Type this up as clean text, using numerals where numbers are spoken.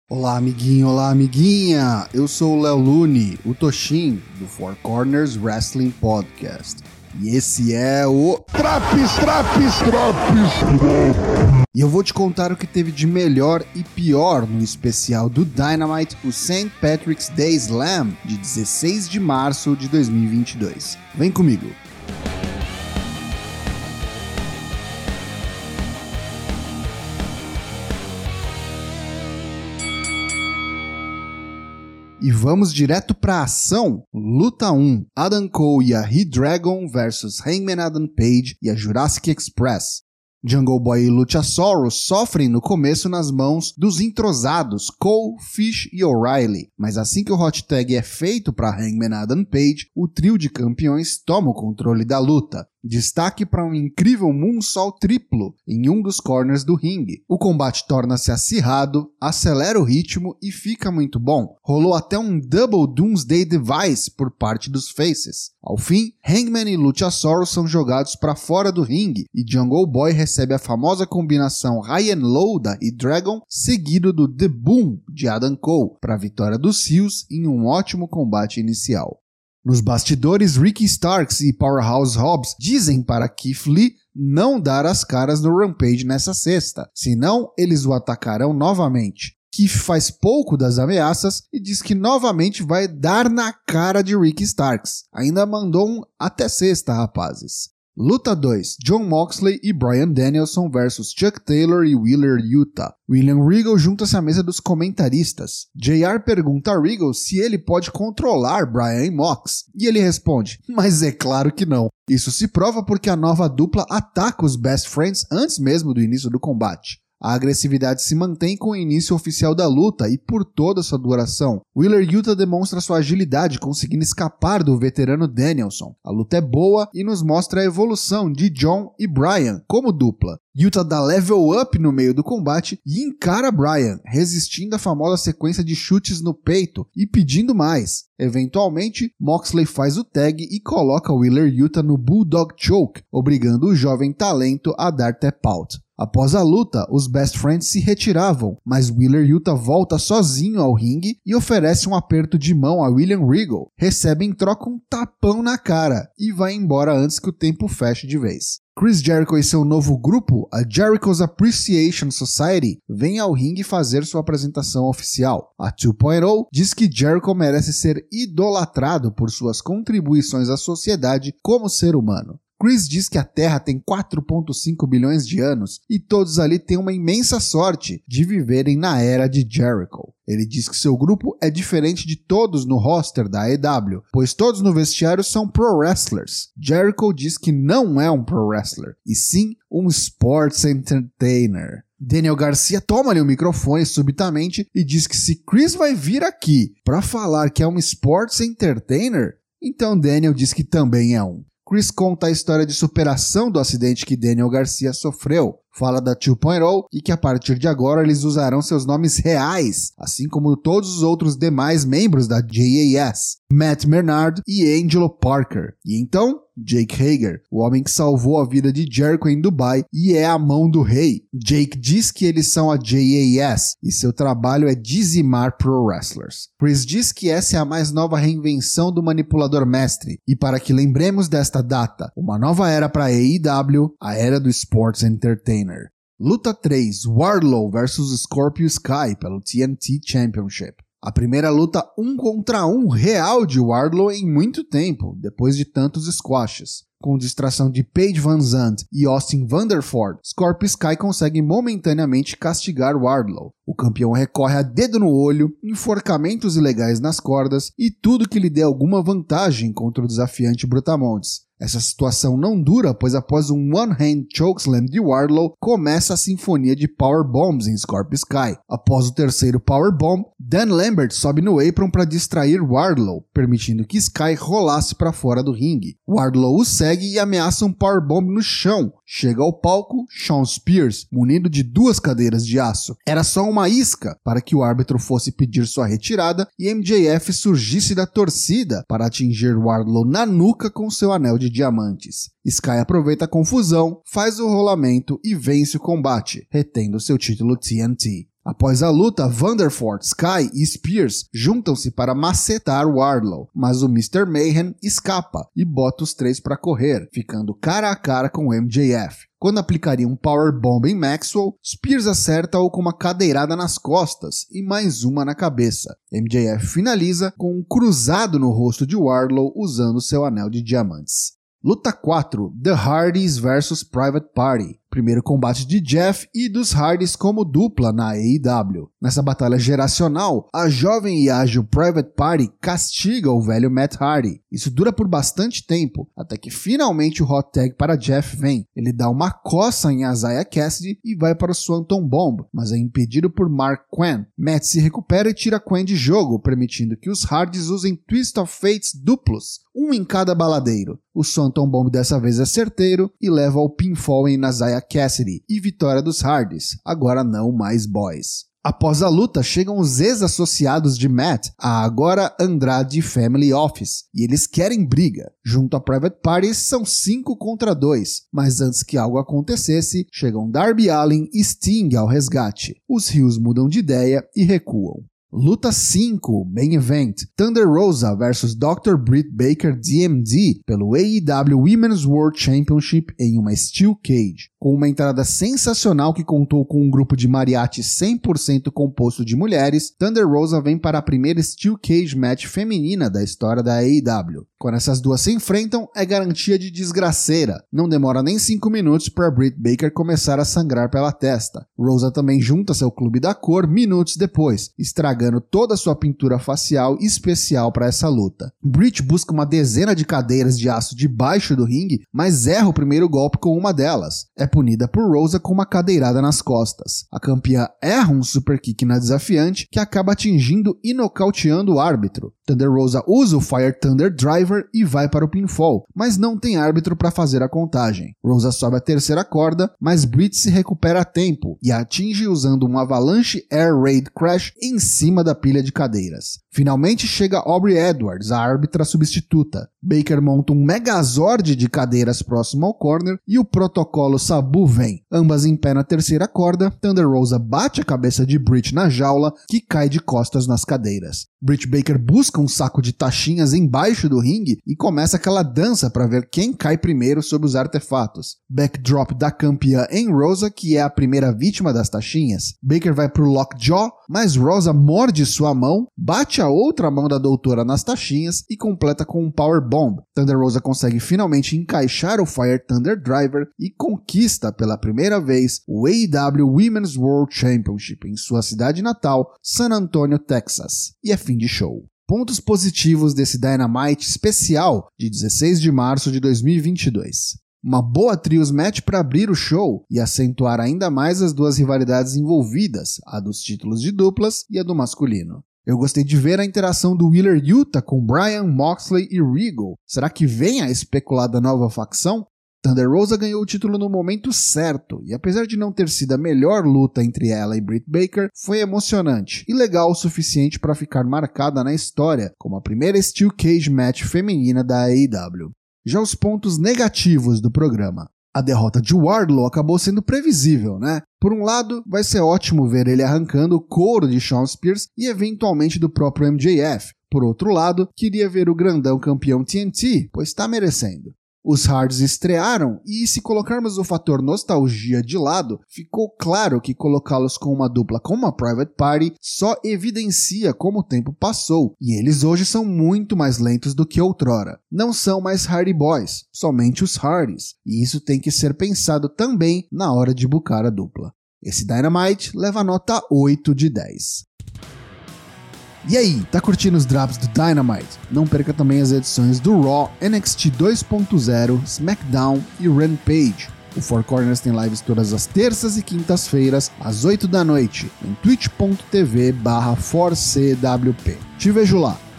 Olá, amiguinho, olá, amiguinha! Eu sou o Léo Lune, o Toshin, do Four Corners Wrestling Podcast. E esse é o... Traps! E eu vou te contar o que teve de melhor e pior no especial do Dynamite, o St. Patrick's Day Slam, de 16 de março de 2022. Vem comigo! E vamos direto pra ação. Luta 1. Adam Cole e a He-Dragon vs Hangman Adam Page e a Jurassic Express. Jungle Boy e Luchasaurus sofrem no começo nas mãos dos entrosados Cole, Fish e O'Reilly, mas assim que o hot tag é feito para Hangman Adam Page, o trio de campeões toma o controle da luta. Destaque para um incrível moonsault triplo em um dos corners do ringue. O combate torna-se acirrado, acelera o ritmo e fica muito bom. Rolou até um Double Doomsday Device por parte dos faces. Ao fim, Hangman e Luchasaurus são jogados para fora do ringue e Jungle Boy recebe a famosa combinação High and Low da He-Dragon, seguido do The Boom de Adam Cole, para a vitória dos Heels em um ótimo combate inicial. Nos bastidores, Ricky Starks e Powerhouse Hobbs dizem para Keith Lee não dar as caras no Rampage nessa sexta, senão eles o atacarão novamente. Keith faz pouco das ameaças e diz que novamente vai dar na cara de Ricky Starks. Ainda mandou um até sexta, rapazes. Luta 2. Jon Moxley e Bryan Danielson vs Chuck Taylor e Wheeler Yuta. William Regal junta-se à mesa dos comentaristas. JR pergunta a Regal se ele pode controlar Bryan e Mox. E ele responde, mas é claro que não. Isso se prova porque a nova dupla ataca os Best Friends antes mesmo do início do combate. A agressividade se mantém com o início oficial da luta e por toda sua duração. Wheeler Yuta demonstra sua agilidade conseguindo escapar do veterano Danielson. A luta é boa e nos mostra a evolução de Jon e Bryan como dupla. Yuta dá level up no meio do combate e encara Bryan, resistindo à famosa sequência de chutes no peito e pedindo mais. Eventualmente, Moxley faz o tag e coloca Wheeler Yuta no Bulldog Choke, obrigando o jovem talento a dar tap out. Após a luta, os Best Friends se retiravam, mas Wheeler Yuta volta sozinho ao ringue e oferece um aperto de mão a William Regal. Recebe em troca um tapão na cara e vai embora antes que o tempo feche de vez. Chris Jericho e seu novo grupo, a Jericho's Appreciation Society, vem ao ringue fazer sua apresentação oficial. A 2.0 diz que Jericho merece ser idolatrado por suas contribuições à sociedade como ser humano. Chris diz que a Terra tem 4,5 bilhões de anos e todos ali têm uma imensa sorte de viverem na era de Jericho. Ele diz que seu grupo é diferente de todos no roster da AEW, pois todos no vestiário são pro wrestlers. Jericho diz que não é um pro wrestler, e sim um sports entertainer. Daniel Garcia toma-lhe o microfone subitamente e diz que se Chris vai vir aqui para falar que é um sports entertainer, então Daniel diz que também é um. Chris conta a história de superação do acidente que Daniel Garcia sofreu. Fala da 2.0 e que a partir de agora eles usarão seus nomes reais, assim como todos os outros demais membros da JAS, Matt Menard e Angelo Parker. E então, Jake Hager, o homem que salvou a vida de Jericho em Dubai e é a mão do rei. Jake diz que eles são a JAS e seu trabalho é dizimar pro wrestlers. Chris diz que essa é a mais nova reinvenção do manipulador mestre e para que lembremos desta data, uma nova era para a AEW, a era do Sports Entertainer. Luta 3. Wardlow vs Scorpio Sky pelo TNT Championship. A primeira luta 1 contra 1 real de Wardlow em muito tempo, depois de tantos squashes. Com distração de Paige Van Zandt e Austin Vanderford, Scorpio Sky consegue momentaneamente castigar Wardlow. O campeão recorre a dedo no olho, enforcamentos ilegais nas cordas e tudo que lhe dê alguma vantagem contra o desafiante Brutamontes. Essa situação não dura, pois após um one-hand chokeslam de Wardlow, começa a sinfonia de powerbombs em Scorpio Sky. Após o terceiro powerbomb, Dan Lambert sobe no apron para distrair Wardlow, permitindo que Sky rolasse para fora do ringue. Wardlow o segue e ameaça um powerbomb no chão. Chega ao palco Shawn Spears, munido de 2 cadeiras de aço. Era só uma isca para que o árbitro fosse pedir sua retirada e MJF surgisse da torcida para atingir Wardlow na nuca com seu anel de diamantes. Sky aproveita a confusão, faz o rolamento e vence o combate, retendo seu título TNT. Após a luta, Vanderford, Sky e Spears juntam-se para macetar Wardlow, mas o Mr. Mayhem escapa e bota os três para correr, ficando cara a cara com o MJF. Quando aplicaria um powerbomb em Maxwell, Spears acerta-o com uma cadeirada nas costas e mais uma na cabeça. MJF finaliza com um cruzado no rosto de Wardlow usando seu anel de diamantes. Luta 4, The Hardys vs Private Party. Primeiro combate de Jeff e dos Hardys como dupla na AEW. Nessa batalha geracional, a jovem e ágil Private Party castiga o velho Matt Hardy. Isso dura por bastante tempo, até que finalmente o hot tag para Jeff vem. Ele dá uma coça em Isaiah Cassidy e vai para o Swanton Bomb, mas é impedido por Mark Quinn. Matt se recupera e tira Quinn de jogo, permitindo que os Hardys usem Twist of Fates duplos, um em cada baladeiro. O Swanton Bomb dessa vez é certeiro e leva ao pinfall em Isaiah Cassidy e vitória dos Hardys, agora não mais boys. Após a luta, chegam os ex-associados de Matt, a agora Andrade Family Office, e eles querem briga. Junto a Private Party, são 5 contra 2, mas antes que algo acontecesse, chegam Darby Allin e Sting ao resgate. Os Heels mudam de ideia e recuam. Luta 5, Main Event, Thunder Rosa vs Dr. Britt Baker DMD pelo AEW Women's World Championship em uma Steel Cage. Com uma entrada sensacional que contou com um grupo de mariachi 100% composto de mulheres, Thunder Rosa vem para a primeira Steel Cage match feminina da história da AEW. Quando essas duas se enfrentam, é garantia de desgraceira. Não demora nem 5 minutos para Britt Baker começar a sangrar pela testa. Rosa também junta seu clube da cor minutos depois, estragando toda a sua pintura facial especial para essa luta. Britt busca uma dezena de cadeiras de aço debaixo do ringue, mas erra o primeiro golpe com uma delas. É punida por Rosa com uma cadeirada nas costas. A campeã erra um super kick na desafiante que acaba atingindo e nocauteando o árbitro. Thunder Rosa usa o Fire Thunder Driver e vai para o pinfall, mas não tem árbitro para fazer a contagem. Rosa sobe a terceira corda, mas Britt se recupera a tempo e a atinge usando um Avalanche Air Raid Crash em cima da pilha de cadeiras. Finalmente chega Aubrey Edwards, a árbitra substituta. Baker monta um Megazord de cadeiras próximo ao corner e o protocolo Sabu vem. Ambas em pé na terceira corda, Thunder Rosa bate a cabeça de Britt na jaula, que cai de costas nas cadeiras. Britt Baker busca um saco de taxinhas embaixo do ringue e começa aquela dança para ver quem cai primeiro sob os artefatos. Backdrop da campeã em Rosa, que é a primeira vítima das taxinhas. Baker vai pro Lockjaw, mas Rosa morde sua mão, bate a outra mão da doutora nas taxinhas e completa com um Powerbomb. Thunder Rosa consegue finalmente encaixar o Fire Thunder Driver e conquista pela primeira vez o AEW Women's World Championship em sua cidade natal, San Antonio, Texas. E é fim de show. Pontos positivos desse Dynamite especial de 16 de março de 2022. Uma boa trios match para abrir o show e acentuar ainda mais as duas rivalidades envolvidas, a dos títulos de duplas e a do masculino. Eu gostei de ver a interação do Wheeler Yuta com Bryan, Moxley e Regal. Será que vem a especulada nova facção? Thunder Rosa ganhou o título no momento certo, e apesar de não ter sido a melhor luta entre ela e Britt Baker, foi emocionante e legal o suficiente para ficar marcada na história como a primeira Steel Cage match feminina da AEW. Já os pontos negativos do programa. A derrota de Wardlow acabou sendo previsível, né? Por um lado, vai ser ótimo ver ele arrancando o couro de Shawn Spears e eventualmente do próprio MJF. Por outro lado, queria ver o grandão campeão TNT, pois está merecendo. Os Hardys estrearam e, se colocarmos o fator nostalgia de lado, ficou claro que colocá-los com uma dupla como a Private Party só evidencia como o tempo passou, e eles hoje são muito mais lentos do que outrora. Não são mais Hardy Boys, somente os Hardys, e isso tem que ser pensado também na hora de bucar a dupla. Esse Dynamite leva nota 8 de 10. E aí, tá curtindo os drops do Dynamite? Não perca também as edições do Raw, NXT 2.0, SmackDown e Rampage. O Four Corners tem lives todas as terças e quintas-feiras, às 8 da noite, em twitch.tv/4CWP. Te vejo lá!